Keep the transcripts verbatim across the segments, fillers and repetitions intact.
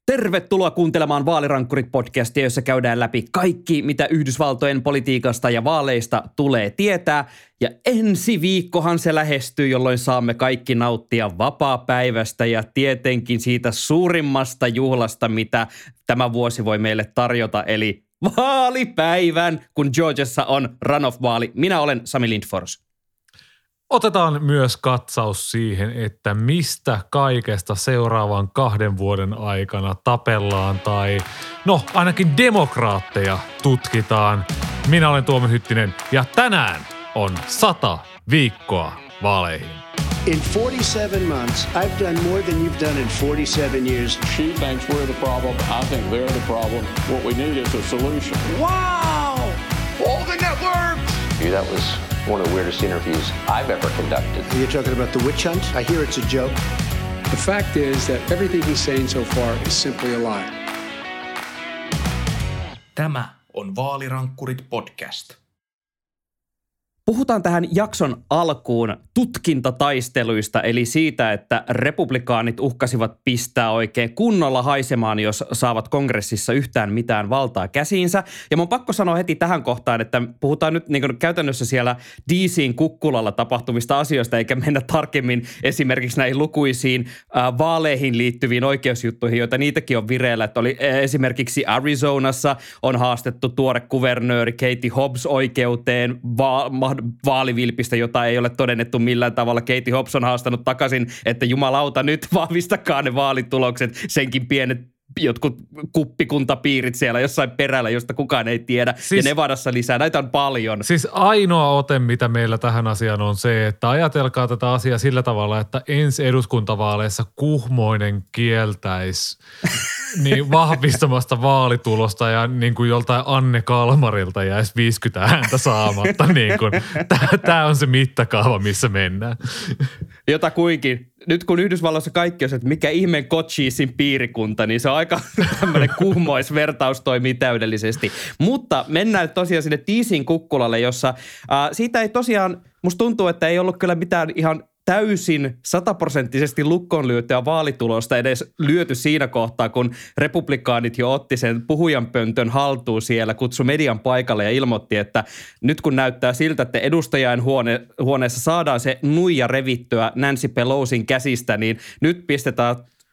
Tervetuloa kuuntelemaan Vaalirankkurit-podcastia, jossa käydään läpi kaikki, mitä Yhdysvaltojen politiikasta ja vaaleista tulee tietää. Ja ensi viikkohan se lähestyy, jolloin saamme kaikki nauttia vapaapäivästä ja tietenkin siitä suurimmasta juhlasta, mitä tämä vuosi voi meille tarjota, eli vaalipäivän, kun Georgiassa on runoff-vaali. Minä olen Sami Lindfors. Otetaan myös katsaus siihen, että mistä kaikesta seuraavan kahden vuoden aikana tapellaan tai no ainakin demokraatteja tutkitaan. Minä olen Tuomo Hyttinen ja tänään on sata viikkoa vaaleihin. In forty-seven months, I've done more than you've done in forty-seven years. She thinks we're the problem. I think they're the problem. What we need is a solution. Wow! All the networks! That was one of the weirdest interviews I've ever conducted. You're talking about the witch hunt? I hear it's a joke. The fact is that everything he's saying so far is simply a lie. Tämä on Vaalirankkurit podcast. Puhutaan tähän jakson alkuun tutkintataisteluista, eli siitä, että republikaanit uhkasivat pistää oikein kunnolla haisemaan, jos saavat kongressissa yhtään mitään valtaa käsiinsä. Ja mun pakko sanoa heti tähän kohtaan, että puhutaan nyt niin kuin käytännössä siellä D C:n kukkulalla tapahtuvista asioista, eikä mennä tarkemmin esimerkiksi näihin lukuisiin äh, vaaleihin liittyviin oikeusjuttuihin, joita niitäkin on vireillä. Että oli esimerkiksi Arizonassa on haastettu tuore kuvernööri Katie Hobbs oikeuteen va- vaalivilpistä, jota ei ole todennettu millään tavalla. Katie Hobbs on haastanut takaisin, että jumalauta nyt vahvistakaa ne vaalitulokset, senkin pienet jotkut kuppikuntapiirit siellä jossain perällä, josta kukaan ei tiedä. Siis, ja Nevadassa lisää. Näitä on paljon. Siis ainoa ote, mitä meillä tähän asiaan on se, että ajatelkaa tätä asiaa sillä tavalla, että ensi eduskuntavaaleissa Kuhmoinen kieltäisi niin vahvistamasta vaalitulosta ja niin kuin joltain Anne Kalmarilta jäisi viisikymmentä ääntä saamatta. Niin kuin, tämä on se mittakaava, missä mennään. Jotakuinkin. Nyt kun Yhdysvalloissa kaikki on, että mikä ihmeen Cochisen piirikunta, niin se on aika tämmöinen kuhmoisvertaus toimii täydellisesti. Mutta mennään tosiaan sinne D C:n kukkulalle, jossa äh, siitä ei tosiaan, musta tuntuu, että ei ollut kyllä mitään ihan täysin sataprosenttisesti lukkoon lyötyä vaalitulosta edes lyöty siinä kohtaa, kun republikaanit jo otti sen puhujanpöntön haltuun siellä, kutsui median paikalle ja ilmoitti, että nyt kun näyttää siltä, että edustajain huone, huoneessa saadaan se nuija revittyä Nancy Pelosin käsistä, niin nyt pistetään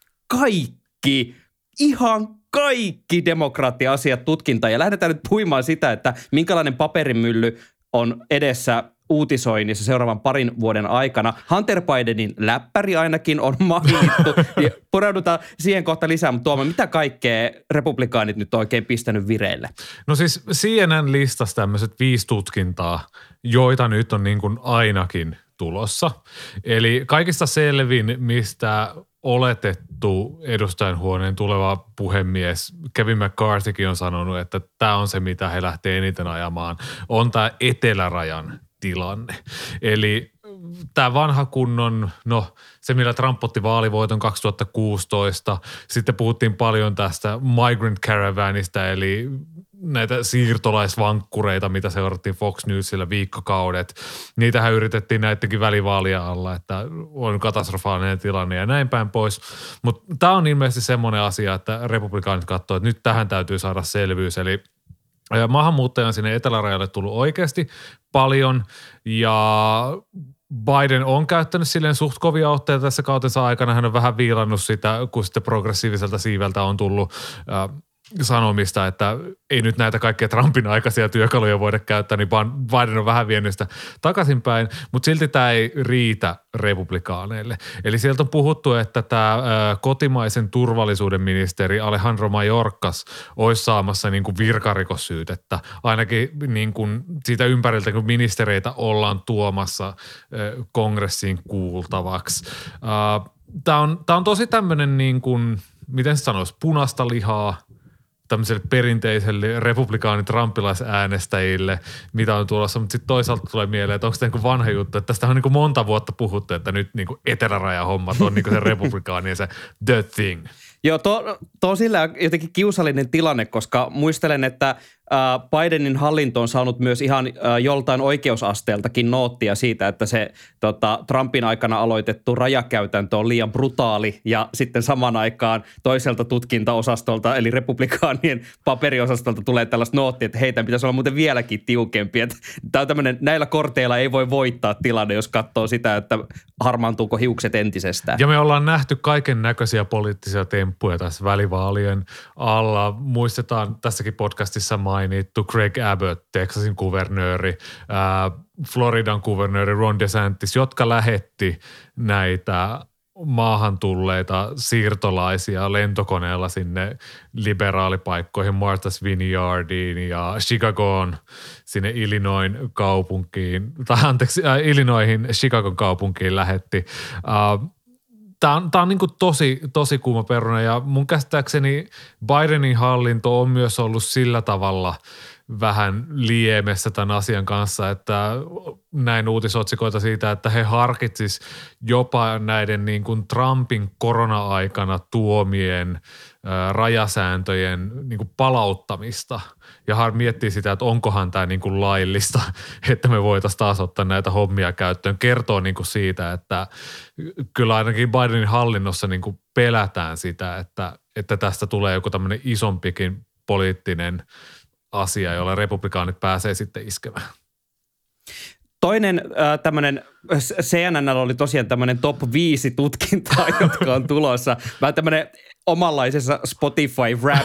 kaikki, ihan kaikki demokraattia-asiat tutkintaan ja lähdetään nyt puimaan sitä, että minkälainen paperimylly on edessä uutisoinnissa seuraavan parin vuoden aikana. Hunter Bidenin läppäri ainakin on mainittu. Ja pureudutaan siihen kohta lisää, mutta Tuomo, mitä kaikkea republikaanit nyt oikein pistänyt vireille? No siis C N N listasi tämmöiset viisi tutkintaa, joita nyt on niin kuin ainakin tulossa. Eli kaikista selvin, mistä oletettu edustajanhuoneen tuleva puhemies Kevin McCarthykin on sanonut, että tämä on se, mitä he lähtee eniten ajamaan, on tämä etelärajan tilanne. Eli tämä vanha kunnon, no se millä Trump otti vaalivoiton kaksituhattakuusitoista, sitten puhuttiin paljon tästä migrant caravanista, eli näitä siirtolaisvankkureita, mitä seurattiin Fox Newsilla viikkokaudet. Niitähän yritettiin näidenkin välivaalia alla, että on katastrofaalinen tilanne ja näin päin pois. Mutta tämä on ilmeisesti semmoinen asia, että republikaanit katsoo, että nyt tähän täytyy saada selvyys, eli maahanmuuttaja on sinne etelärajalle tullut oikeasti paljon ja Biden on käyttänyt silleen suht kovia otteita tässä kautensa aikana. Hän on vähän viilannut sitä, kun sitten progressiiviselta siiveltä on tullut äh, sanomista, että ei nyt näitä kaikkia Trumpin aikaisia työkaluja voida käyttää, niin Biden on vähän vienyt sitä takaisinpäin, mutta silti tämä ei riitä republikaaneille. Eli sieltä on puhuttu, että tämä kotimaisen turvallisuuden ministeri Alejandro Mayorkas olisi saamassa niin kuin virkarikossyytettä, ainakin niin kuin siitä ympäriltä, kun ministereitä ollaan tuomassa kongressiin kuultavaksi. Tämä on, tämä on tosi tämmöinen niin kuin, miten se sanoisi, punaista lihaa tämmöiselle perinteiselle republikaani-trumpilaisäänestäjille, mitä on tulossa, mutta sitten toisaalta tulee mieleen, että onko tämä niin vanha juttu, että tästä on niin monta vuotta puhuttu, että nyt niin etelärajahommat on niin se republikaani ja se the thing. Joo, to, tuo on sillä jotenkin kiusallinen tilanne, koska muistelen, että Bidenin hallinto on saanut myös ihan joltain oikeusasteeltakin noottia siitä, että se tota, Trumpin aikana aloitettu rajakäytäntö on liian brutaali ja sitten samaan aikaan toiselta tutkintaosastolta eli republikaanien paperiosastolta tulee tällaista noottia, että heitä pitäisi olla muuten vieläkin tiukempi. Tämä on tämmöinen, näillä korteilla ei voi voittaa tilanne, jos katsoo sitä, että harmaantuuko hiukset entisestään. Ja me ollaan nähty kaiken näköisiä poliittisia temppuja tässä välivaalien alla. Muistetaan tässäkin podcastissa mainittu Greg Abbott, Texasin kuvernööri, ää, Floridan kuvernööri Ron DeSantis, jotka lähetti näitä maahan tulleita siirtolaisia lentokoneella sinne liberaalipaikkoihin, Martha's Vineyardiin ja Chicagoon, sinne Illinoisin kaupunkiin, tai anteeksi, äh, Illinoisin Chicagon kaupunkiin lähetti. Äh, Tämä on, tämä on niin kuin tosi, tosi kuuma peruna ja mun käsittääkseni Bidenin hallinto on myös ollut sillä tavalla vähän liemessä tämän asian kanssa, että näin uutisotsikoita siitä, että he harkitsis jopa näiden niin kuin Trumpin korona-aikana tuomien ää, rajasääntöjen niin kuin palauttamista ja miettii sitä, että onkohan tämä niin kuin laillista, että me voitaisiin taas ottaa näitä hommia käyttöön. Kertoo niin kuin siitä, että kyllä ainakin Bidenin hallinnossa niin kuin pelätään sitä, että, että tästä tulee joku tämmöinen isompikin poliittinen asia, jolla republikaanit pääsee sitten iskemään. Toinen äh, tämmöinen, C N N oli tosiaan tämmöinen top viisi tutkintaa, jotka on tulossa. Vähän tämmöinen omanlaisessa Spotify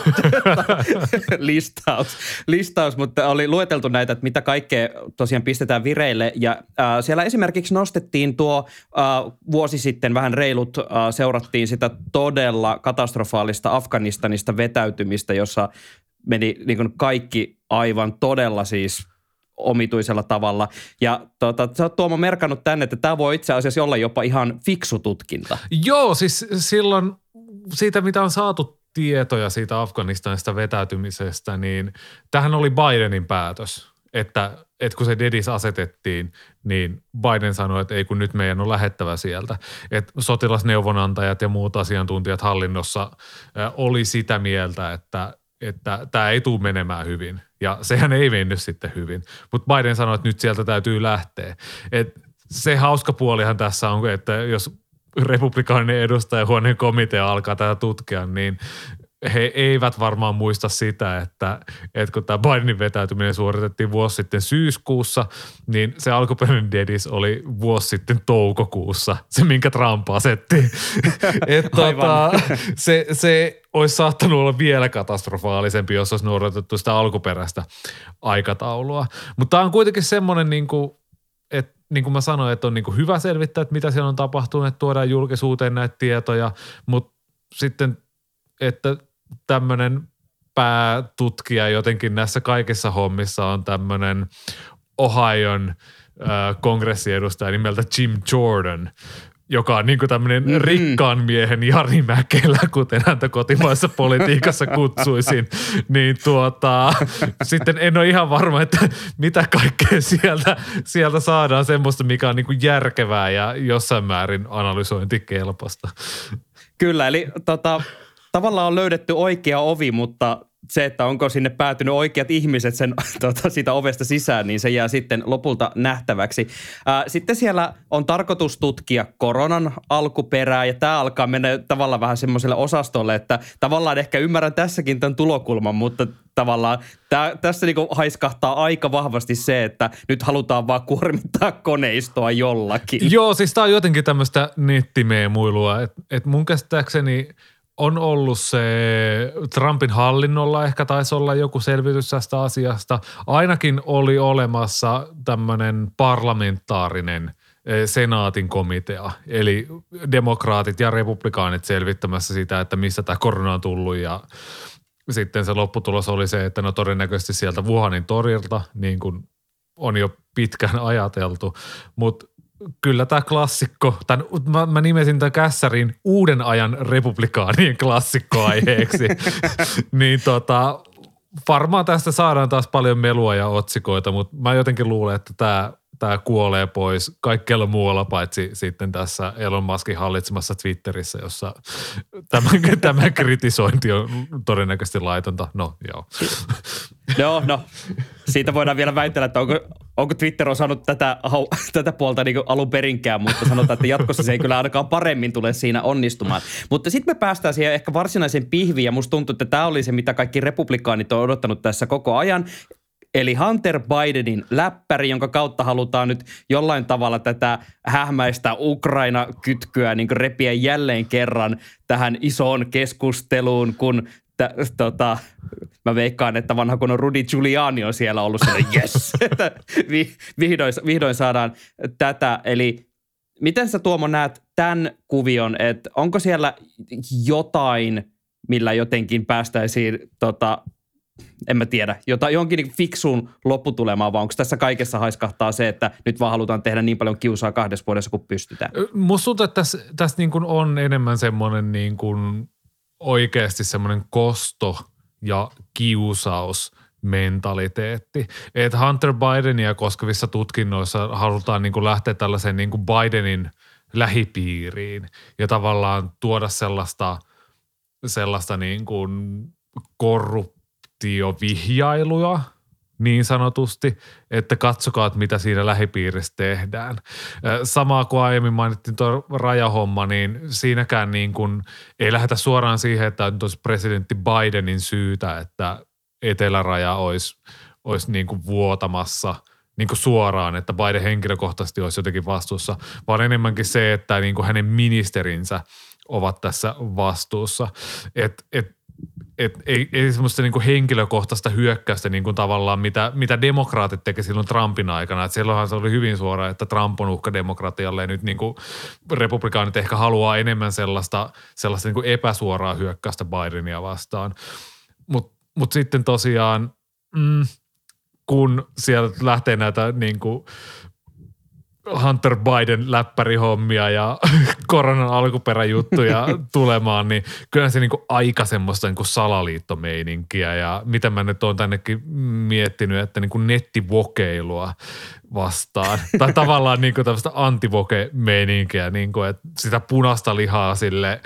Wrapped-listaus, listaus, mutta oli lueteltu näitä, että mitä kaikkea tosiaan pistetään vireille. Ja äh, siellä esimerkiksi nostettiin tuo äh, vuosi sitten vähän reilut, äh, seurattiin sitä todella katastrofaalista Afganistanista vetäytymistä, jossa meni niin kuin kaikki aivan todella siis omituisella tavalla. Ja tuota, sä oot Tuomo merkannut tänne, että tämä voi itse asiassa olla jopa ihan fiksu tutkinta. Joo, siis silloin siitä, mitä on saatu tietoja siitä Afganistanista vetäytymisestä, niin tämähän oli Bidenin päätös, että, että kun se dedis asetettiin, niin Biden sanoi, että ei kun nyt meidän on lähettävä sieltä. Että sotilasneuvonantajat ja muut asiantuntijat hallinnossa oli sitä mieltä, että että tämä ei tule menemään hyvin. Ja sehän ei mennyt sitten hyvin. Mutta Biden sanoi, että nyt sieltä täytyy lähteä. Et se hauska puolihan tässä on, että jos republikaaninen edustajahuoneen komitea alkaa tätä tutkia, niin he eivät varmaan muista sitä, että, että kun tämä Bidenin vetäytyminen suoritettiin vuosi sitten syyskuussa, niin se alkuperäinen dedis oli vuosi sitten toukokuussa, se minkä Trump asetti. Että tota, se, se olisi saattanut olla vielä katastrofaalisempi, jos olisi noudatettu sitä alkuperäistä aikataulua. Mutta tämä on kuitenkin semmoinen, niin kuin, että niin kuin mä sanoin, että on niin kuin hyvä selvittää, että mitä siellä on tapahtunut, että tuodaan julkisuuteen näitä tietoja, mutta sitten, että tämmöinen päätutkija jotenkin näissä kaikissa hommissa on tämmöinen Ohion äh, kongressiedustaja nimeltä Jim Jordan, joka on niin kuin tämmöinen mm-hmm. rikkaan miehen Jari Mäkelä, kuten häntä kotimaisessa politiikassa kutsuisin, niin tuota, sitten en ole ihan varma, että mitä kaikkea sieltä, sieltä saadaan semmoista, mikä on niin kuin järkevää ja jossain määrin analysointikelpoista. Kyllä, eli tota, tavallaan on löydetty oikea ovi, mutta se, että onko sinne päätynyt oikeat ihmiset sen, tota, siitä ovesta sisään, niin se jää sitten lopulta nähtäväksi. Ää, sitten siellä on tarkoitus tutkia koronan alkuperää, ja tämä alkaa mennä tavallaan vähän semmoiselle osastolle, että tavallaan ehkä ymmärrän tässäkin tämän tulokulman, mutta tavallaan tää, tässä niinku haiskahtaa aika vahvasti se, että nyt halutaan vaan kuormittaa koneistoa jollakin. Joo, siis tämä on jotenkin tämmöistä nettimeemuilua, että et mun käsittääkseni on ollut se Trumpin hallinnolla, ehkä taisi olla joku selvitys tästä asiasta. Ainakin oli olemassa tämmöinen parlamentaarinen senaatin komitea, eli demokraatit ja republikaanit selvittämässä sitä, että missä tämä korona on tullut, ja sitten se lopputulos oli se, että no todennäköisesti sieltä Wuhanin torilta, niin kuin on jo pitkään ajateltu, mutta kyllä tämä klassikko, tämän, mä, mä nimesin tämän kässärin uuden ajan republikaanien klassikkoaiheeksi, niin tota, varmaan tästä saadaan taas paljon melua ja otsikoita, mutta mä jotenkin luulen, että tämä, tämä kuolee pois kaikkialla muualla paitsi sitten tässä Elon Muskin hallitsemassa Twitterissä, jossa tämä, tämä kritisointi on todennäköisesti laitonta. No joo. No, no. Siitä voidaan vielä väitellä, että onko, onko Twitter osannut tätä, tätä puolta niin alun perinkään, mutta sanotaan, että jatkossa se ei kyllä ainakaan paremmin tule siinä onnistumaan. Mutta sitten me päästään siihen ehkä varsinaisen pihviin, ja musta tuntuu, että tämä oli se, mitä kaikki republikaanit on odottanut tässä koko ajan. Eli Hunter Bidenin läppäri, jonka kautta halutaan nyt jollain tavalla tätä hähmäistä Ukraina-kytkyä niin repiä jälleen kerran tähän isoon keskusteluun, kun t- tota, mä veikkaan, että vanha kun on Rudy Giuliani on siellä ollut sellainen, yes, että vihdoin, vihdoin saadaan tätä. Eli miten sä Tuomo näet tämän kuvion, että onko siellä jotain, millä jotenkin päästäisiin tota, en mä tiedä, jota, johonkin fiksuun lopputulemaan, vaan onko tässä kaikessa haiskahtaa se, että nyt vaan halutaan tehdä niin paljon kiusaa kahdessa vuodessa, kun pystytään? Musta tuntuu, että tässä, tässä niin kuin on enemmän semmoinen niin kuin oikeasti semmoinen kosto ja kiusaus mentaliteetti. Että Hunter Bidenia koskevissa tutkinnoissa halutaan niin kuin lähteä tällaiseen niin kuin Bidenin lähipiiriin ja tavallaan tuoda sellaista, sellaista niin kuin korruptiota, vihjailuja niin sanotusti, että katsokaa, että mitä siinä lähipiirissä tehdään. Samaa kuin aiemmin mainittiin tuo rajahomma, niin siinäkään niin kuin ei lähdetä suoraan siihen, että on tuossa presidentti Bidenin syytä, että eteläraja olisi, olisi niin kuin vuotamassa niin kuin suoraan, että Biden henkilökohtaisesti olisi jotenkin vastuussa, vaan enemmänkin se, että niin kuin hänen ministerinsä ovat tässä vastuussa. Että et, Et ei, ei semmoista niinku henkilökohtaista hyökkäystä niinku tavallaan, mitä, mitä demokraatit teki silloin Trumpin aikana. Et silloinhan se oli hyvin suora, että Trump on uhka demokratialle ja nyt niinku republikaanit ehkä haluaa enemmän sellaista, sellaista niinku epäsuoraa hyökkäystä Bidenia vastaan. Mutta mut sitten tosiaan, mm, kun sieltä lähtee näitä niinku Hunter Biden läppärihommia ja koronan alkuperäjuttuja tulemaan, niin kyllä se niinku aika semmoista niinku salaliittomeininkiä ja mitä mä nyt oon tännekin miettinyt, että niinku nettivokeilua vastaan. Tai tavallaan niinku tämmöistä antivoke-meininkiä, niinku, että sitä punaista lihaa sille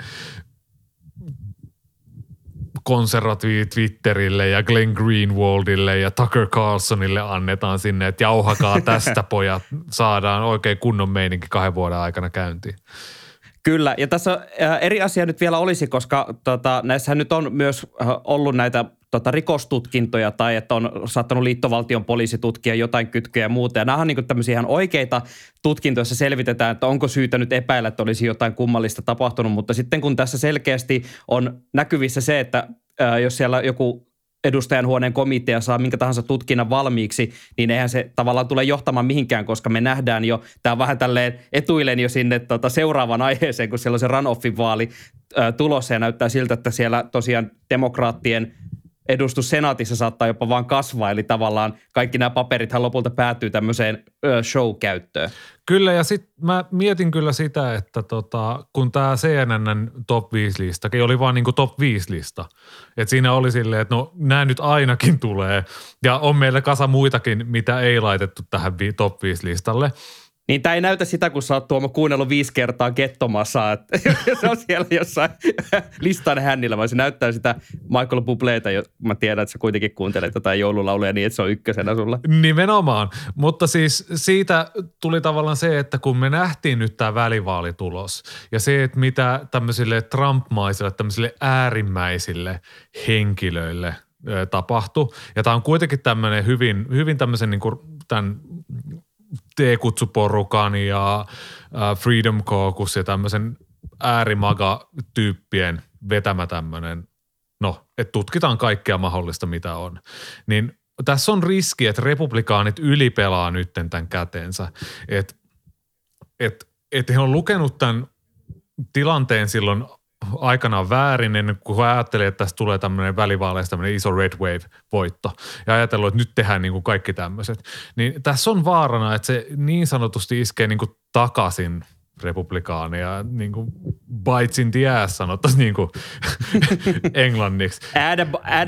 konservatiivi Twitterille ja Glenn Greenwaldille ja Tucker Carlsonille annetaan sinne, että jauhakaa tästä pojat, saadaan oikein kunnon meininki kahden vuoden aikana käyntiin. Kyllä, ja tässä eri asia nyt vielä olisi, koska tota, näissähän nyt on myös ollut näitä tota, rikostutkintoja tai että on saattanut liittovaltion poliisi tutkia jotain kytkyjä ja muuta. Ja nämä on niin kuin tämmöisiä ihan oikeita tutkintoja, joissa selvitetään, että onko syytä nyt epäillä, että olisi jotain kummallista tapahtunut. Mutta sitten kun tässä selkeästi on näkyvissä se, että ää, jos siellä joku edustajanhuoneen komitea saa minkä tahansa tutkinnan valmiiksi, niin eihän se tavallaan tule johtamaan mihinkään, koska me nähdään jo, tämä on vähän tälleen etuilen jo sinne tota, seuraavan aiheeseen, kun siellä on se runoffin vaali ää, tulossa ja näyttää siltä, että siellä tosiaan demokraattien edustus senaatissa saattaa jopa vaan kasvaa, eli tavallaan kaikki nämä paperithan lopulta päätyy tämmöiseen ö, show-käyttöön. Kyllä, ja sitten mä mietin kyllä sitä, että tota, kun tämä C N N:n top viisi listakin oli vaan niinku top viisi lista, että siinä oli silleen, että no nämä nyt ainakin tulee, ja on meillä kasa muitakin, mitä ei laitettu tähän top viisi listalle. Niin tämä ei näytä sitä, kun sä oot Tuomo kuunnellut viisi kertaa Gettomasaa, että se on siellä jossain listan hännillä, vaan se näyttää sitä Michael Bubléta, mä tiedän, että sä kuitenkin kuuntelet jotain joululauluja niin, että se on ykkösenä sulla. Nimenomaan, mutta siis siitä tuli tavallaan se, että kun me nähtiin nyt tämä välivaalitulos ja se, että mitä tämmöisille Trump-maisille, tämmöisille äärimmäisille henkilöille tapahtui, ja tämä on kuitenkin tämmöinen hyvin, hyvin tämmöisen niin kuin tämän T-kutsuporukan ja Freedom Caucus ja tämmöisen äärimaga-tyyppien vetämä tämmöinen, no, että tutkitaan kaikkea mahdollista, mitä on. Niin tässä on riski, että republikaanit ylipelaa nyt tämän käteensä. Että et, et he on lukenut tämän tilanteen silloin aikanaan väärin, ennen kuin ajattelin, että tästä tulee tämmöinen välivaaleista tämmöinen iso red wave-voitto ja ajatellut, että nyt tehdään niin kuin kaikki tämmöiset. Niin tässä on vaarana, että se niin sanotusti iskee niin kuin takaisin republikaania, niin kuin bites in the ass sanottaisiin niin kuin englanniksi.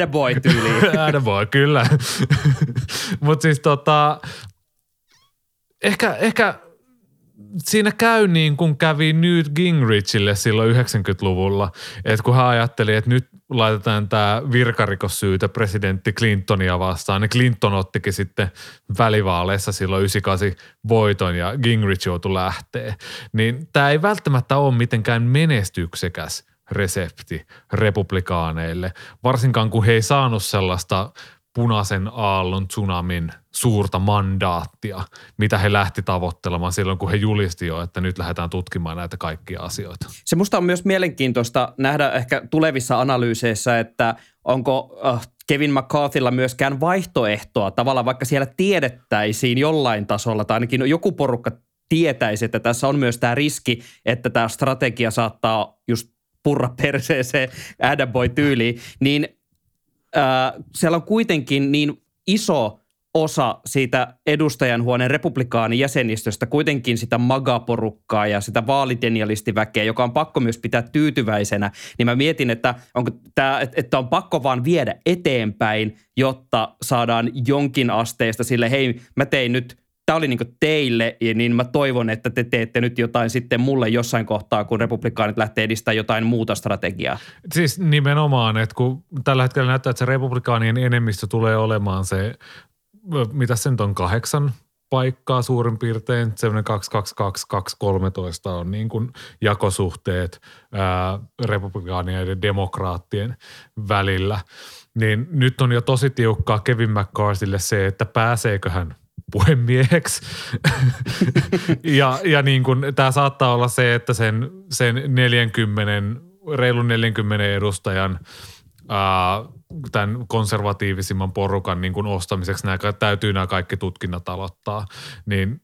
Attaboy-tyyliin. Attaboy, kyllä. Mutta siis tota, ehkä, ehkä siinä käy niin kuin kävi Newt Gingrichille silloin yhdeksänkymmentäluvulla, että kun hän ajatteli, että nyt laitetaan tämä virkarikossyytä presidentti Clintonia vastaan, niin Clinton ottikin sitten välivaaleissa silloin yhdeksänkymmentäkahdeksan voiton ja Gingrich joutui lähteä. Niin tämä ei välttämättä ole mitenkään menestyksekäs resepti republikaaneille, varsinkaan kun he ei saanut sellaista punaisen aallon tsunamin suurta mandaattia, mitä he lähti tavoittelemaan silloin, kun he julisti jo, että nyt lähdetään tutkimaan näitä kaikkia asioita. Se musta on myös mielenkiintoista nähdä ehkä tulevissa analyyseissä, että onko Kevin McCarthylla myöskään vaihtoehtoa, tavallaan vaikka siellä tiedettäisiin jollain tasolla, tai ainakin joku porukka tietäisi, että tässä on myös tämä riski, että tämä strategia saattaa just purra perseeseen Adam Boy-tyyliin, niin Äh, siellä on kuitenkin niin iso osa siitä edustajanhuoneen republikaanin jäsenistöstä, kuitenkin sitä MAGA-porukkaa ja sitä vaalidenialistiväkeä, joka on pakko myös pitää tyytyväisenä, niin mä mietin, että, onko tää, että on pakko vaan viedä eteenpäin, jotta saadaan jonkin asteesta sille, hei mä tein nyt, tämä oli niin kuin teille, niin mä toivon, että te teette nyt jotain sitten mulle jossain kohtaa, kun republikaanit lähtee edistämään jotain muuta strategiaa. Siis nimenomaan, että kun tällä hetkellä näyttää, että se republikaanien enemmistö tulee olemaan se, mitä se nyt on, kahdeksan paikkaa suurin piirtein, semmoinen kaksi kaksi kaksi kaksi kolmetoista on niin kuin jakosuhteet ää, republikaanien ja demokraattien välillä. Niin nyt on jo tosi tiukkaa Kevin McCarthylle se, että pääseekö hän puhemieheksi. ja, ja niin kuin tämä saattaa olla se, että sen, sen neljänkymmenen, reilun neljänkymmenen edustajan ää, tämän konservatiivisimman porukan niin kuin ostamiseksi nämä, täytyy nämä kaikki tutkinnat aloittaa. Niin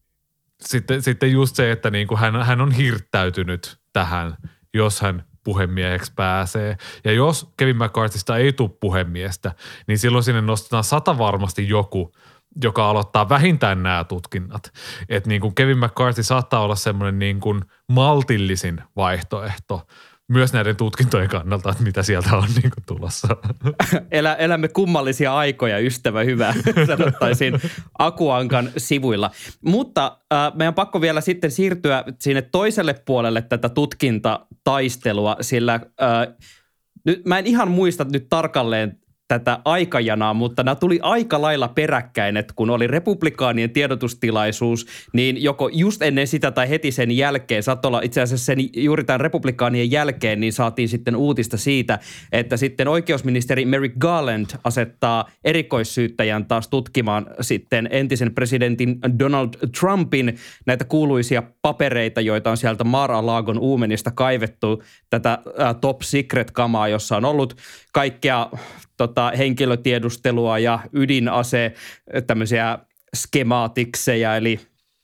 sitten, sitten just se, että niin kuin hän, hän on hirttäytynyt tähän, jos hän puhemieheksi pääsee. Ja jos Kevin McCarthysta ei tule puhemiestä, niin silloin sinne nostetaan sata varmasti joku, joka aloittaa vähintään nämä tutkinnat. Että niin kuin Kevin McCarthy saattaa olla semmoinen niin kuin maltillisin vaihtoehto myös näiden tutkintojen kannalta, että mitä sieltä on niin kuin tulossa. Elä, elämme kummallisia aikoja, ystävä hyvä, sanottaisiin Akuankan sivuilla. Mutta äh, meidän on pakko vielä sitten siirtyä sinne toiselle puolelle tätä tutkintataistelua, sillä äh, nyt, mä en ihan muista nyt tarkalleen tätä aikajanaa, mutta nämä tuli aika lailla peräkkäin, että kun oli republikaanien tiedotustilaisuus, niin joko just ennen sitä tai heti sen jälkeen, saattoi olla itse asiassa sen, juuri tämän republikaanien jälkeen, niin saatiin sitten uutista siitä, että sitten oikeusministeri Merrick Garland asettaa erikoissyyttäjän taas tutkimaan sitten entisen presidentin Donald Trumpin näitä kuuluisia papereita, joita on sieltä Mar-a-Lagon uumenista kaivettu, tätä ä, top secret-kamaa, jossa on ollut kaikkea tota, henkilötiedustelua ja ydinase, tämmöisiä skemaatikseja, eli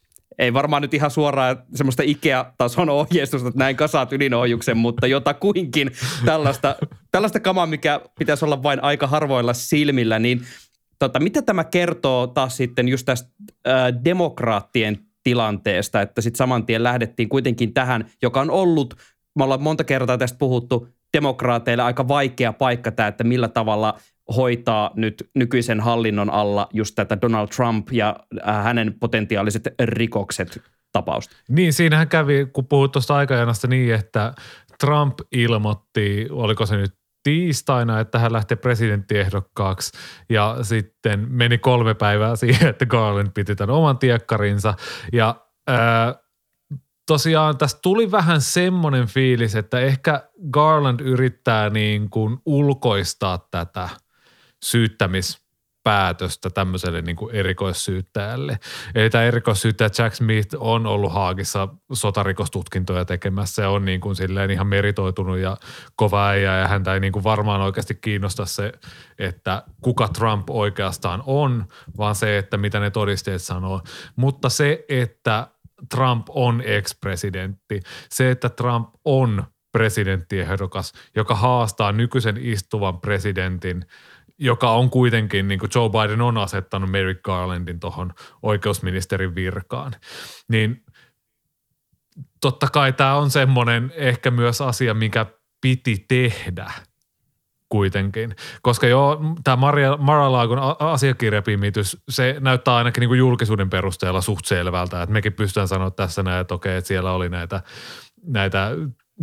ei varmaan nyt ihan suoraan semmoista Ikea-tason ohjeistusta, että näin kasaat ydinohjuksen, mutta jotakuinkin tällaista, tällaista kamaa, mikä pitäisi olla vain aika harvoilla silmillä, niin tota, mitä tämä kertoo taas sitten just tästä ää, demokraattien tilanteesta, että sitten saman tien lähdettiin kuitenkin tähän, joka on ollut, me ollaan monta kertaa tästä puhuttu, demokraateille aika vaikea paikka tämä, että millä tavalla hoitaa nyt nykyisen hallinnon alla just tätä Donald Trump ja hänen potentiaaliset rikokset tapausta. Niin, siinähän kävi, kun puhut tuosta aikajanasta niin, että Trump ilmoitti, oliko se nyt tiistaina, että hän lähtee presidenttiehdokkaaksi ja sitten meni kolme päivää siihen, että Garland piti tämän oman tiekkarinsa ja ää, tosiaan tästä tuli vähän semmoinen fiilis, että ehkä Garland yrittää niin kuin ulkoistaa tätä syyttämispäätöstä tämmöiselle niin kuin erikoissyyttäjälle. Eli tämä erikoissyyttäjä Jack Smith on ollut Haagissa sotarikostutkintoja tekemässä ja on niin kuin silleen ihan meritoitunut ja kova äijä ja häntä ei niin kuin varmaan oikeasti kiinnosta se, että kuka Trump oikeastaan on, vaan se, että mitä ne todisteet sanoo. Mutta se, että Trump on ex-presidentti. Se, että Trump on presidenttiehdokas, joka haastaa nykyisen istuvan presidentin, joka on kuitenkin, niin kuin Joe Biden on asettanut Merrick Garlandin tuohon oikeusministerin virkaan. Niin totta kai tämä on semmoinen ehkä myös asia, mikä piti tehdä. kuitenkin. Koska joo, tämä Mar-a-Lagon asiakirjapimitys, se näyttää ainakin niin kuin julkisuuden perusteella suht selvältä, että mekin pystytään sanoa tässä näin, että okei, että siellä oli näitä, näitä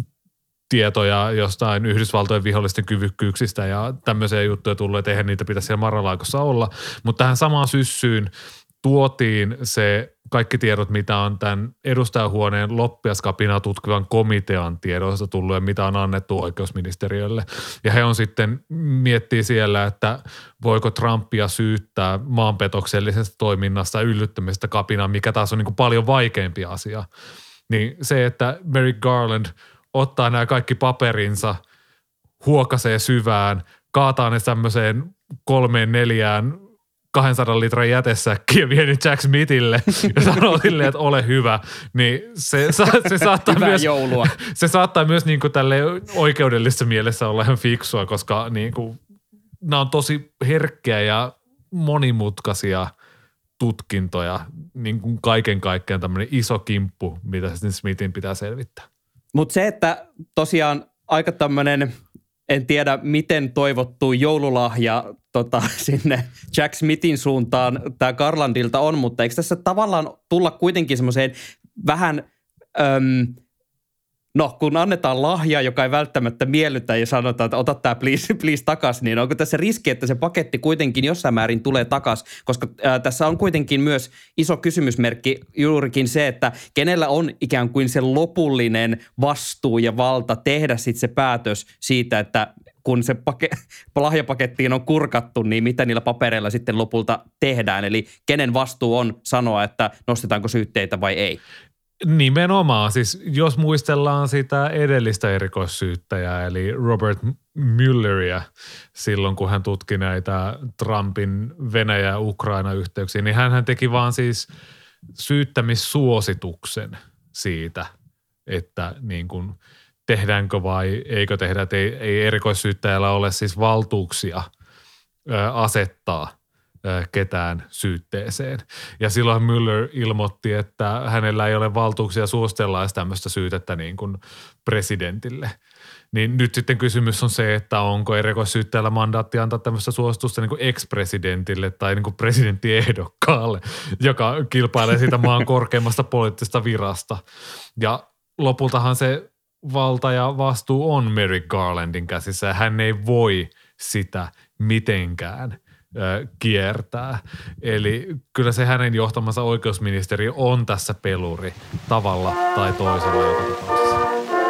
tietoja jostain Yhdysvaltojen vihollisten kyvykkyyksistä ja tämmöisiä juttuja tullut, että eihän niitä pitäisi siellä Mar-a-Lagossa olla, mutta tähän samaan syssyyn tuotiin se kaikki tiedot, mitä on tämän edustajahuoneen loppiaskapinaa tutkivan komitean tiedoista tullut ja mitä on annettu oikeusministeriölle. Ja he on sitten miettii siellä, että voiko Trumpia syyttää maanpetoksellisesta toiminnasta ja yllyttämisestä kapinaan, mikä taas on niin kuin paljon vaikeampi asia. Niin se, että Merrick Garland ottaa nämä kaikki paperinsa, huokasee syvään, kaataa ne tämmöiseen kolmeen neljään kahdensadan litran jätesäkkiä ja vie Jack Smithille ja sanoo silleen, että ole hyvä, niin se, se saattaa myös, joulua. Se saattaa myös niin kuin tälle oikeudellisessa mielessä olla ihan fiksua, koska niin kuin, nämä on tosi herkkiä ja monimutkaisia tutkintoja, niin kuin kaiken kaikkiaan tämmöinen iso kimppu, mitä sitten Smithin pitää selvittää. Mutta se, että tosiaan aika tämmöinen, en tiedä miten toivottu joululahja tota, sinne Jack Smithin suuntaan tämä Garlandilta on, mutta eikö tässä tavallaan tulla kuitenkin semmoiseen vähän, äm, no kun annetaan lahja, joka ei välttämättä miellytä ja sanotaan, että ota tämä please, please takaisin, niin onko tässä riski, että se paketti kuitenkin jossain määrin tulee takaisin, koska ää, tässä on kuitenkin myös iso kysymysmerkki juurikin se, että kenellä on ikään kuin se lopullinen vastuu ja valta tehdä sitten se päätös siitä, että kun se pake- lahjapakettiin on kurkattu, niin mitä niillä papereilla sitten lopulta tehdään, eli kenen vastuu on sanoa, että nostetaanko syytteitä vai ei. Nimenomaan, siis jos muistellaan sitä edellistä erikoissyyttäjää, eli Robert Muelleria, silloin kun hän tutki näitä Trumpin Venäjä- ja Ukraina-yhteyksiä, niin hän teki vaan siis syyttämissuosituksen siitä, että niin kuin tehdäänkö vai eikö tehdä, että ei, ei erikoissyyttäjällä ole siis valtuuksia ö, asettaa ketään syytteeseen. Ja silloin Mueller ilmoitti, että hänellä ei ole valtuuksia suostella edes tämmöistä syytettä niin kuin presidentille. Niin nyt sitten kysymys on se, että onko erikoissyyttäjällä mandaatti antaa tämmöistä suositusta niin kuin ex-presidentille tai niin kuin presidenttiehdokkaalle, joka kilpailee siitä maan korkeimmasta poliittisesta virasta. Ja lopultahan se valta ja vastuu on Merrick Garlandin käsissä ja hän ei voi sitä mitenkään kiertää. Eli kyllä se hänen johtamansa oikeusministeri on tässä peluri tavalla tai toisella joka tapauksessa.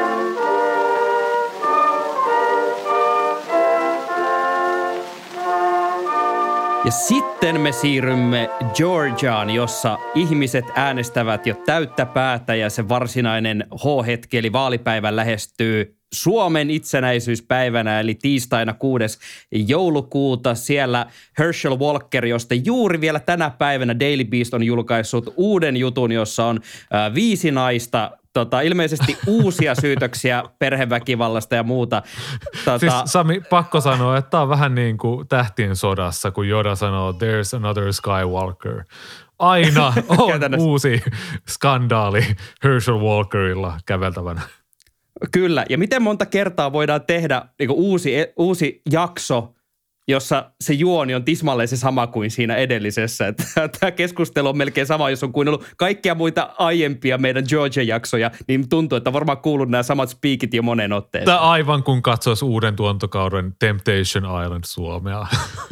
Ja sitten me siirrymme Georgiaan, jossa ihmiset äänestävät jo täyttä päätä ja se varsinainen H-hetki eli vaalipäivä lähestyy Suomen itsenäisyyspäivänä eli tiistaina kuudes joulukuuta. Siellä Herschel Walker, josta juuri vielä tänä päivänä Daily Beast on julkaissut uuden jutun, jossa on äh, viisi naista, tota, ilmeisesti uusia syytöksiä perheväkivallasta ja muuta. Tota, siis Sami, pakko sanoa, että tämä on vähän niin kuin Tähtien sodassa, kun Yoda sanoo there's another Skywalker. Aina on uusi skandaali Herschel Walkerilla käveltävänä. Kyllä, ja miten monta kertaa voidaan tehdä niin kuin uusi, uusi jakso, jossa se juoni on tismalleen se sama kuin siinä edellisessä. Tämä keskustelu on melkein sama, jos on kuunnellut kaikkia muita aiempia meidän Georgia-jaksoja, niin tuntuu, että varmaan kuullut nämä samat speakit jo monen otteeseen. Tämä aivan kun katsoisi uuden tuontokauden Temptation Island Suomea.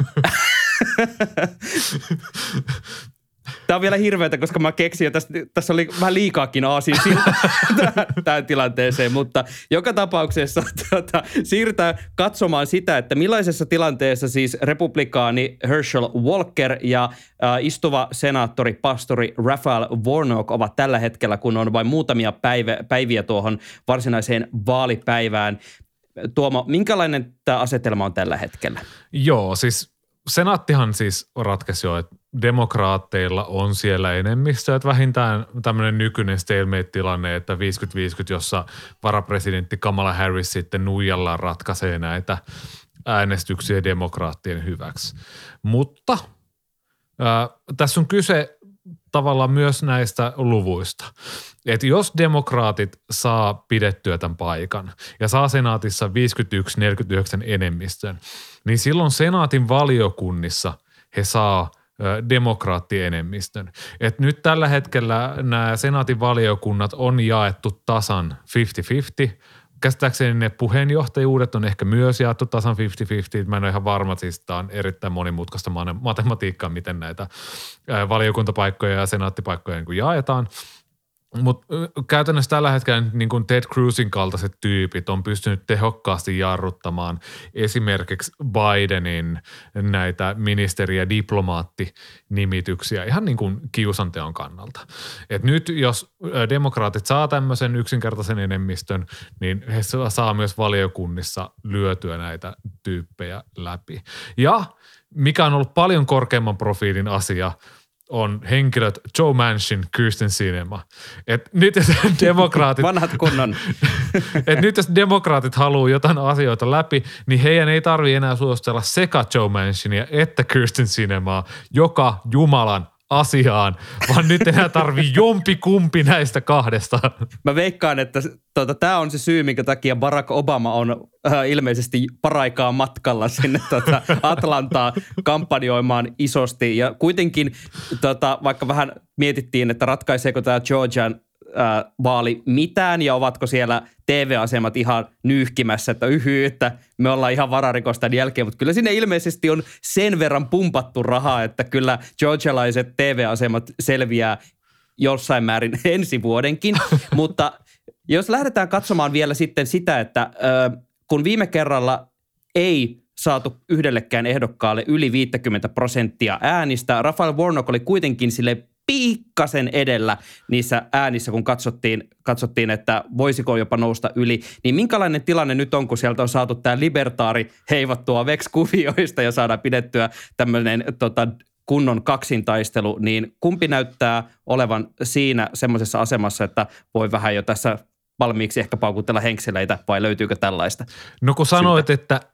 Tämä on vielä hirveätä, koska mä keksin jo, tässä, tässä oli vähän liikaakin aasin tähän tilanteeseen, mutta joka tapauksessa tuota, siirrytään katsomaan sitä, että millaisessa tilanteessa siis republikaani Herschel Walker ja äh, istuva senaattori, pastori Raphael Warnock ovat tällä hetkellä, kun on vain muutamia päivä, päiviä tuohon varsinaiseen vaalipäivään. Tuomo, minkälainen tämä asetelma on tällä hetkellä? Joo, siis senaattihan siis ratkaisi jo, että demokraatteilla on siellä enemmistö, että vähintään tämmöinen nykyinen stalemate-tilanne, että viisikymmentä viisikymmentä, jossa varapresidentti Kamala Harris sitten nuijallaan ratkaisee näitä äänestyksiä demokraattien hyväksi. Mutta äh, tässä on kyse tavallaan myös näistä luvuista. Että jos demokraatit saa pidettyä tämän paikan ja saa senaatissa viisikymmentäyksi neljäkymmentäyhdeksän enemmistön, niin silloin senaatin valiokunnissa he saa demokraattienemmistön. Et nyt tällä hetkellä nämä senaatin valiokunnat on jaettu tasan viisikymmentä viisikymmentä. Käsittääkseni ne puheenjohtajuudet on ehkä myös jaettu tasan viisikymmentä viisikymmentä. Mä en ole ihan varma, siis tämä on erittäin monimutkaista matematiikkaa, miten näitä valiokuntapaikkoja ja senaattipaikkoja niin kuin jaetaan. Mutta käytännössä tällä hetkellä niin kuin Ted Cruzin kaltaiset tyypit on pystynyt tehokkaasti jarruttamaan esimerkiksi Bidenin näitä ministeri- ja diplomaattinimityksiä ihan niin kuin kiusanteon kannalta. Et nyt jos demokraatit saa tämmöisen yksinkertaisen enemmistön, niin he saa myös valiokunnissa lyötyä näitä tyyppejä läpi. Ja mikä on ollut paljon korkeamman profiilin asia, on henkilöt Joe Manchin, Kyrsten Sinema. Et nyt jos demokraatit... Vanhat kunnon. Et nyt jos demokraatit haluaa jotain asioita läpi, niin heidän ei tarvitse enää suostella sekä Joe Manchinia että Kyrsten Sinemaa joka Jumalan asiaan, vaan nyt enää tarvii jompi kumpi näistä kahdesta. Mä veikkaan, että tuota, tämä on se syy, minkä takia Barack Obama on äh, ilmeisesti paraikaa matkalla sinne tuota, Atlantaan kampanjoimaan isosti. Ja kuitenkin, tuota, vaikka vähän mietittiin, että ratkaiseeko tämä Georgian äh, vaali mitään ja ovatko siellä T V-asemat ihan nyyhkimässä, että yhy, että me ollaan ihan vararikostan jälkeen, mutta kyllä sinne ilmeisesti on sen verran pumpattu rahaa, että kyllä georgialaiset T V-asemat selviää jossain määrin ensi vuodenkin, mutta jos lähdetään katsomaan vielä sitten sitä, että äh, kun viime kerralla ei saatu yhdellekään ehdokkaalle yli viisikymmentä prosenttia äänistä, Raphael Warnock oli kuitenkin sille pikkasen edellä niissä äänissä, kun katsottiin, katsottiin, että voisiko jopa nousta yli. Niin minkälainen tilanne nyt on, kun sieltä on saatu tämä libertaari heivattua Vex-kuvioista ja saadaan pidettyä tämmöinen tota, kunnon kaksintaistelu, niin kumpi näyttää olevan siinä semmoisessa asemassa, että voi vähän jo tässä valmiiksi ehkä paukutella henkseleitä, vai löytyykö tällaista? No kun sanoit, syytä? Että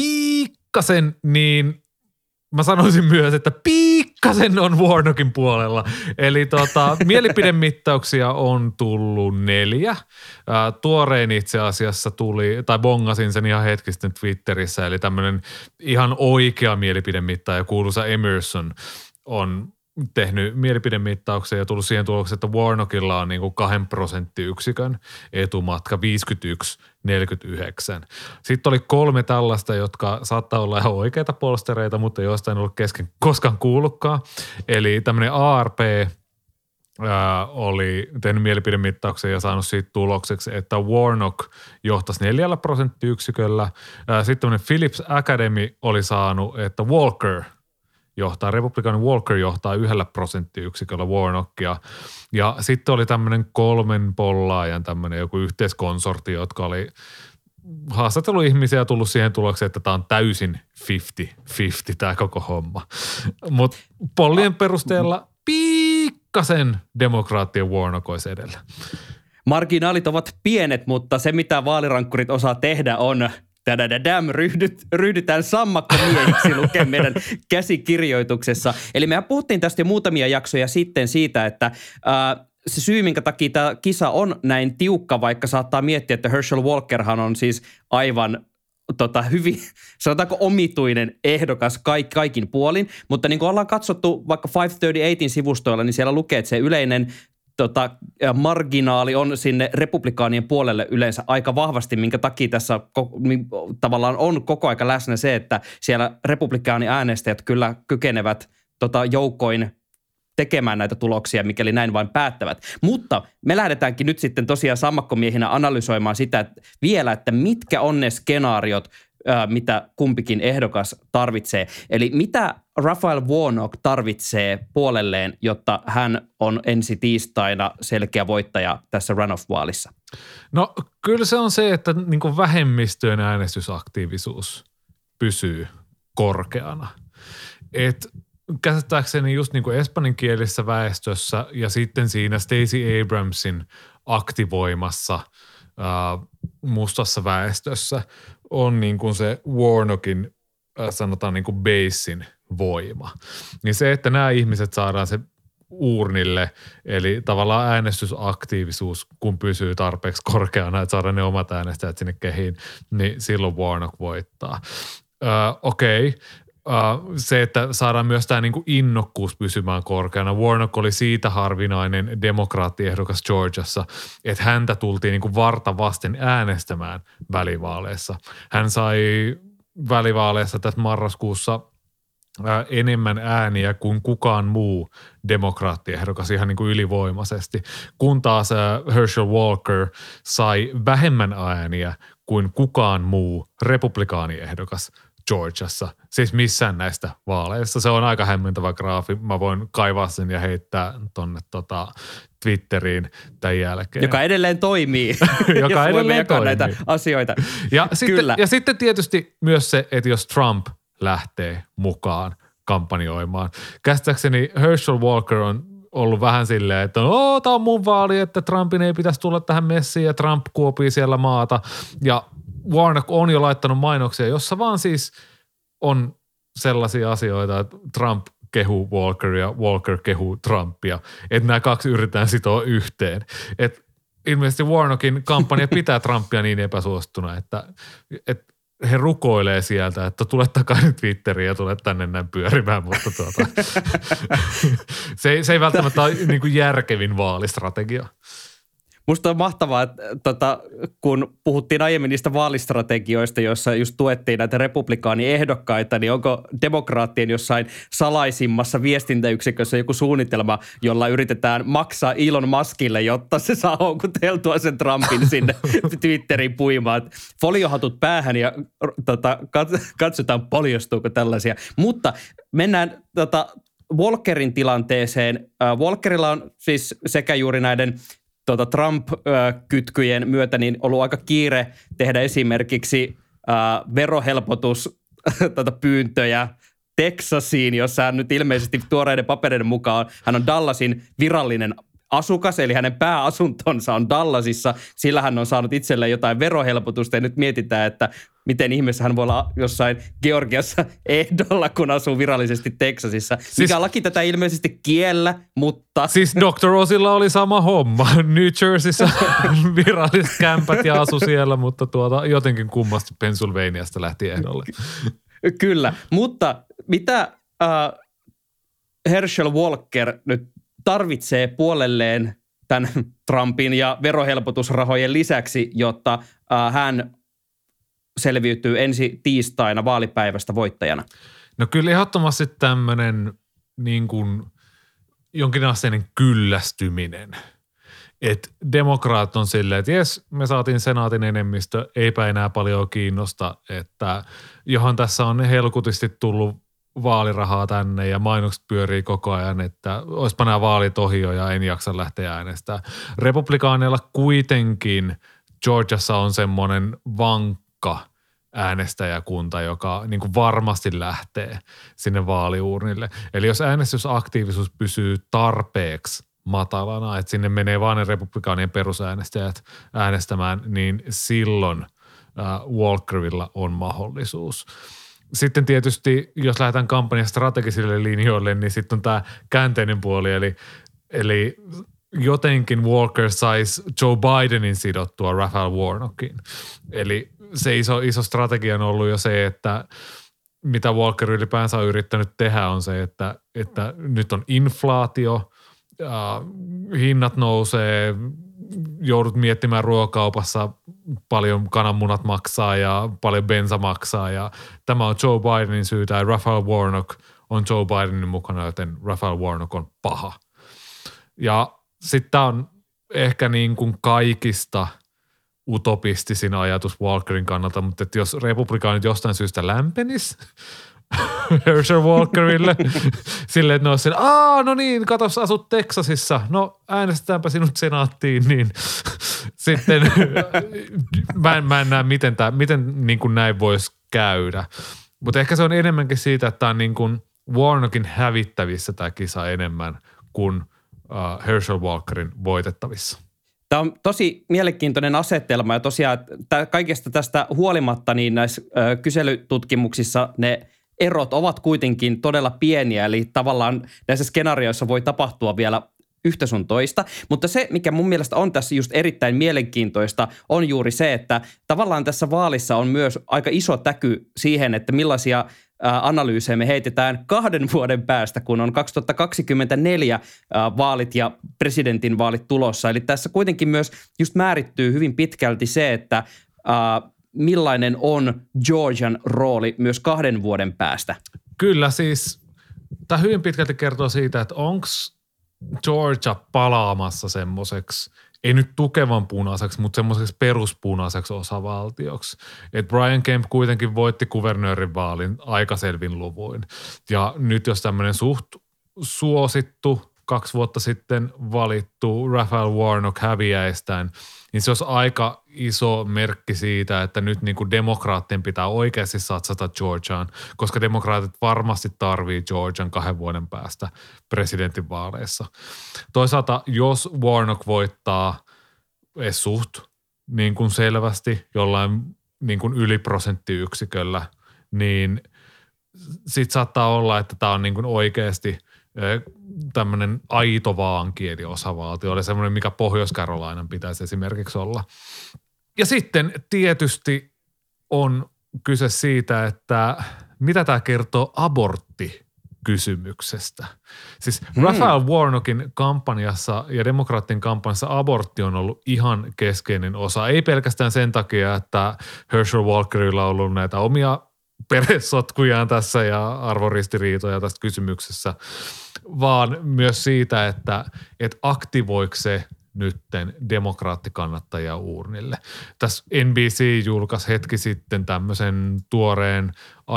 pikkasen, niin mä sanoisin myös, että pikkasen on Warnockin puolella. Eli tota, mielipidemittauksia on tullut neljä. Ää, tuorein itse asiassa tuli, tai bongasin sen ihan hetki sitten Twitterissä, eli tämmöinen ihan oikea mielipidemittaaja, kuuluisa Emerson, on tehnyt mielipidemittauksen ja tullut siihen tulokseen, että Warnockilla on niin kuin kahden prosenttiyksikön etumatka viisikymmentäyksi neljäkymmentäyhdeksän. Sitten oli kolme tällaista, jotka saattaa olla ihan oikeita polstereita, mutta joista en ollut kesken koskaan kuullutkaan. Eli tämmöinen A R P ää, oli tehnyt mielipidemittauksen ja saanut siitä tulokseksi, että Warnock johtaisi neljällä prosenttiyksiköllä. Ää, sitten tämmöinen Phillips Academy oli saanut, että Walker johtaa, republikaani Walker johtaa yhdellä prosenttiyksiköllä Warnockia. Ja sitten oli tämmöinen kolmen pollaajan tämmöinen joku yhteiskonsortio, jotka oli haastatellut ihmisiä ja tullut siihen tulokseen, että tämä on täysin viisikymmentä viisikymmentä tämä koko homma. Mutta pollien perusteella pikkasen demokraattien Warnock olisi edellä. Marginaalit ovat pienet, mutta se mitä vaalirankkurit osaa tehdä on Tadadadam, ryhdyt, ryhdytään sammakkomiehiksi lukee meidän käsikirjoituksessa. Eli mehän puhuttiin tästä jo muutamia jaksoja sitten siitä, että ää, se syy, minkä takia tämä kisa on näin tiukka, vaikka saattaa miettiä, että Herschel Walkerhan on siis aivan tota, hyvin, sanotaanko omituinen ehdokas kaik, kaikin puolin, mutta niin kuin ollaan katsottu vaikka viisisataakolmekymmentäkahdeksan sivustoilla, niin siellä lukee, että se yleinen Tota, marginaali on sinne republikaanien puolelle yleensä aika vahvasti, minkä takia tässä ko- tavallaan on koko aika läsnä se, että siellä republikaaniäänestäjät kyllä kykenevät tota, joukkoin tekemään näitä tuloksia, mikäli näin vain päättävät. Mutta me lähdetäänkin nyt sitten tosiaan sammakkomiehinä analysoimaan sitä että vielä, että mitkä on ne skenaariot, mitä kumpikin ehdokas tarvitsee. Eli mitä Raphael Warnock tarvitsee puolelleen, jotta hän on ensi tiistaina selkeä voittaja tässä runoff-vaalissa? No kyllä se on se, että niin kuin vähemmistöjen äänestysaktiivisuus pysyy korkeana. Et käsittääkseni just niin kuin espanjankielisessä väestössä ja sitten siinä Stacey Abramsin aktivoimassa ää, mustassa väestössä on niin kuin se Warnockin, äh, sanotaan niin kuin basein voima. Niin se, että nämä ihmiset saadaan se uurnille, eli tavallaan äänestysaktiivisuus, kun pysyy tarpeeksi korkeana, että saadaan ne omat äänestäjät sinne kehiin, niin silloin Warnock voittaa. Öö, Okei. Okay. Uh, se, että saadaan myös tämä niinku innokkuus pysymään korkeana. Warnock oli siitä harvinainen demokraattiehdokas Georgiassa, että häntä tultiin niinku varta vasten äänestämään välivaaleissa. Hän sai välivaaleissa tässä marraskuussa uh, enemmän ääniä kuin kukaan muu demokraattiehdokas ihan niinku ylivoimaisesti, kun taas uh, Herschel Walker sai vähemmän ääniä kuin kukaan muu republikaaniehdokas Georgiassa, siis missään näistä vaaleissa. Se on aika hämmentävä graafi. Mä voin kaivaa sen ja heittää tonne tota Twitteriin tämän jälkeen. Joka edelleen toimii. Joka edelleen toimii. Näitä asioita. Ja sitten, ja sitten tietysti myös se, että jos Trump lähtee mukaan kampanjoimaan. Käsittääkseni Herschel Walker on ollut vähän silleen, että oo, tää on mun vaali, että Trumpin ei pitäisi tulla tähän messiin ja Trump kuopii siellä maata. Ja Warnock on jo laittanut mainoksia, jossa vaan siis on sellaisia asioita, että Trump kehuu Walkeria, Walker kehuu Trumpia, että nämä kaksi yritetään sitoa yhteen. Että ilmeisesti Warnockin kampanja pitää Trumpia niin epäsuostuna, että, että he rukoilee sieltä, että tule takaisin Twitteriin ja tule tänne näin pyörimään, mutta tuota, se, ei, se ei välttämättä ole niin kuin järkevin vaalistrategia. Musta on mahtavaa, että tota, kun puhuttiin aiemmin niistä vaalistrategioista, joissa just tuettiin näitä republikaaniehdokkaita, niin onko demokraattien jossain salaisimmassa viestintäyksikössä joku suunnitelma, jolla yritetään maksaa Elon Muskille, jotta se saa houkuteltua sen Trumpin sinne Twitteriin puimaan. Foliohatut päähän ja tota, katsotaan paljastuuko tällaisia. Mutta mennään tota, Walkerin tilanteeseen. Äh, Walkerilla on siis sekä juuri näiden Tuota Trump-kytkyjen myötä niin ollut aika kiire tehdä esimerkiksi äh, verohelpotuspyyntöjä Texasiin, jossa hän nyt ilmeisesti tuoreiden papereiden mukaan, hän on Dallasin virallinen asukas, eli hänen pääasuntonsa on Dallasissa. Sillä hän on saanut itselleen jotain verohelpotusta ja nyt mietitään, että miten ihmeessä hän voi olla jossain Georgiassa ehdolla, kun asuu virallisesti Texasissa. Mikä siis, laki tätä ilmeisesti kiellä, mutta... Siis doktor Osilla oli sama homma. New Jerseyssä viralliset kämpät ja asu siellä, mutta tuota, jotenkin kummasti Pennsylvaniasta lähti ehdolle. Kyllä, mutta mitä äh, Herschel Walker nyt tarvitsee puolelleen tämän Trumpin ja verohelpotusrahojen lisäksi, jotta äh, hän selviytyy ensi tiistaina vaalipäivästä voittajana? No kyllä ehdottomasti tämmöinen niin kuin jonkinasteinen kyllästyminen. Että demokraat on silleen, että jes, me saatiin senaatin enemmistö, eipä enää paljon kiinnosta, että johan tässä on helkutisti tullut vaalirahaa tänne ja mainokset pyörii koko ajan, että olisipa nämä vaalit ohi jo ja en jaksa lähteä äänestämään. Republikaaneilla kuitenkin Georgiassa on semmoinen vankka äänestäjäkunta, joka niin kuin varmasti lähtee sinne vaaliuurnille. Eli jos äänestysaktiivisuus pysyy tarpeeksi matalana, että sinne menee vaan ne republikaanien perusäänestäjät äänestämään, niin silloin äh, Walkerilla on mahdollisuus. Sitten tietysti, jos lähdetään kampanjan strategisille linjoille, niin sitten on tämä käänteinen puoli, eli, eli jotenkin Walker saisi Joe Bidenin sidottua Raphael Warnockiin. Eli se iso, iso strategia on ollut jo se, että mitä Walker ylipäänsä on yrittänyt tehdä on se, että, että nyt on inflaatio, äh, hinnat nousee, joudut miettimään ruokakaupassa, paljon kananmunat maksaa ja paljon bensa maksaa ja tämä on Joe Bidenin syytä ja Raphael Warnock on Joe Bidenin mukana, joten Raphael Warnock on paha. Ja sitten tämä on ehkä niin kuin kaikista utopistisin ajatus Walkerin kannalta, mutta että jos republikaanit jostain syystä lämpenis Herschel Walkerille silleen, että ne olisi silleen, aah no niin, katos asut Texasissa, no äänestetäänpä sinut senaattiin, niin sitten mä en, mä en näe, miten, tää, miten niin kuin näin voisi käydä. Mutta ehkä se on enemmänkin siitä, että tämä on niin kuin Warnockin hävittävissä tämä kisa enemmän kuin uh, Herschel Walkerin voitettavissa. Tämä on tosi mielenkiintoinen asetelma ja tosiaan kaikesta tästä huolimatta niin näissä ö, kyselytutkimuksissa ne erot ovat kuitenkin todella pieniä, eli tavallaan näissä skenaarioissa voi tapahtua vielä yhtä sun toista, mutta se, mikä mun mielestä on tässä just erittäin mielenkiintoista, on juuri se, että tavallaan tässä vaalissa on myös aika iso täky siihen, että millaisia analyysejä me heitetään kahden vuoden päästä, kun on kaksituhattakaksikymmentäneljä vaalit ja presidentin vaalit tulossa. Eli tässä kuitenkin myös just määrittyy hyvin pitkälti se, että millainen on Georgian rooli myös kahden vuoden päästä. Kyllä siis, tämä hyvin pitkälti kertoo siitä, että onko Georgia palaamassa semmoiseksi, ei nyt tukevan punaiseksi, mutta semmoiseksi peruspunaiseksi osavaltioksi. Että Brian Kemp kuitenkin voitti kuvernöörin vaalin aika selvin luvuin. Ja nyt jos tämmöinen suht suosittu, kaksi vuotta sitten valittu Raphael Warnock häviäistään, niin se olisi aika iso merkki siitä, että nyt niin kuin demokraattien pitää oikeasti satsata Georgiaan, koska demokraatit varmasti tarvii Georgian kahden vuoden päästä presidentinvaaleissa. Toisaalta jos Warnock voittaa edes suht niin kuin selvästi jollain niin kuin yli prosenttiyksiköllä, niin sitten saattaa olla, että tämä on niin kuin oikeasti tämmöinen aito vaankieliosavaltio, oli semmoinen, mikä Pohjois-Carolinan pitäisi esimerkiksi olla. Ja sitten tietysti on kyse siitä, että mitä tämä kertoo aborttikysymyksestä. Siis hmm. Raphael Warnockin kampanjassa ja demokraattien kampanjassa abortti on ollut ihan keskeinen osa. Ei pelkästään sen takia, että Herschel Walkerilla on ollut näitä omia perhesotkujaan tässä ja arvoristiriitoja tästä kysymyksessä, vaan myös siitä, että, että aktivoiko se nytten demokraattikannattajia uurnille. Tässä N B C julkaisi hetki sitten tämmöisen tuoreen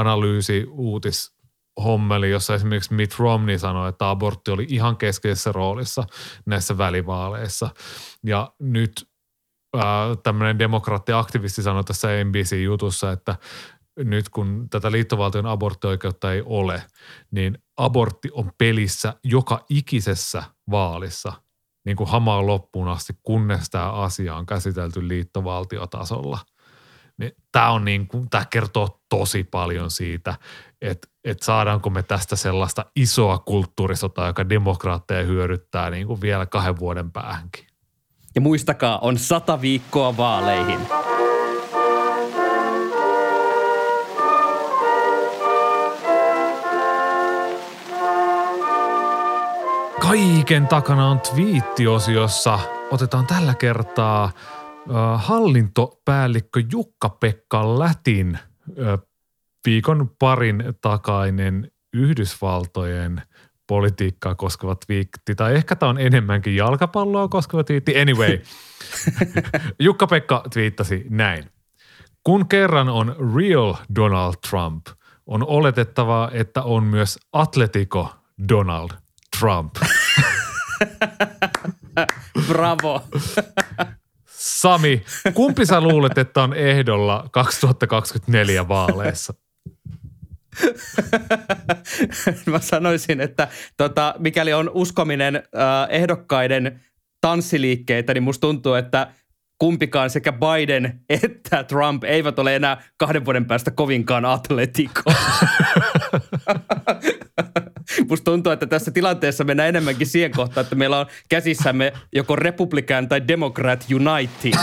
analyysi-uutishommelin, jossa esimerkiksi Mitt Romney sanoi, että abortti oli ihan keskeisessä roolissa näissä välivaaleissa. Ja nyt ää, tämmöinen demokraattiaktivisti sanoi tässä N B C-jutussa, että nyt kun tätä liittovaltion aborttioikeutta ei ole, niin abortti on pelissä joka ikisessä vaalissa niin kuin hamaan loppuun asti, kunnes tämä asia on käsitelty liittovaltiotasolla. Niin tämä, on niin kuin, tämä kertoo tosi paljon siitä, että, että saadaanko me tästä sellaista isoa kulttuurisotaa, joka demokraatteja hyödyttää niin kuin vielä kahden vuoden päähänkin. Ja muistakaa, on sata viikkoa vaaleihin. Kaiken takana on twiittiosiossa. Otetaan tällä kertaa äh, hallintopäällikkö Jukka-Pekka Lätin äh, viikon parin takainen Yhdysvaltojen politiikkaa koskeva twiitti. Tai ehkä tämä on enemmänkin jalkapalloa koskeva twiitti. Anyway, Jukka-Pekka twiittasi näin. Kun kerran on real Donald Trump, on oletettavaa, että on myös Atletico Donald Trump. Bravo. Sami, kumpi sä luulet, että on ehdolla kaksituhattakaksikymmentäneljä vaaleissa? Mä sanoisin, että tota, mikäli on uskominen äh, ehdokkaiden tanssiliikkeitä, niin musta tuntuu, että kumpikaan sekä Biden että Trump eivät ole enää kahden vuoden päästä kovinkaan Atletico. Musta tuntuu, että tässä tilanteessa mennään enemmänkin siihen kohtaan, että meillä on käsissämme joko Republican tai Democrat United.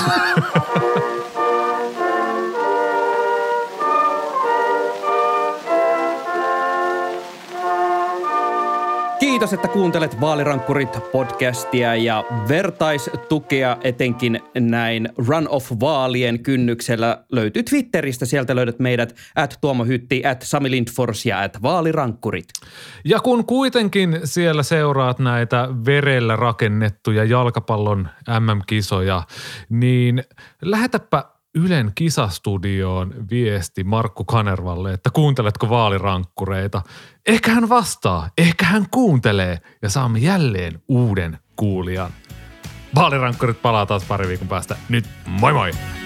Kiitos, että kuuntelet Vaalirankkurit-podcastia ja vertaistukea etenkin näin run-off-vaalien kynnyksellä löytyy Twitteristä. Sieltä löydät meidät at Tuomo Hytti, at Sami Lindfors ja at Vaalirankkurit. Ja kun kuitenkin siellä seuraat näitä verellä rakennettuja jalkapallon M M-kisoja, niin lähetäpä Ylen kisastudioon viesti Markku Kanervalle, että kuunteletko vaalirankkureita. Ehkä hän vastaa, ehkä hän kuuntelee ja saamme jälleen uuden kuulijan. Vaalirankkurit palaa taas pari viikon päästä. Nyt moi moi!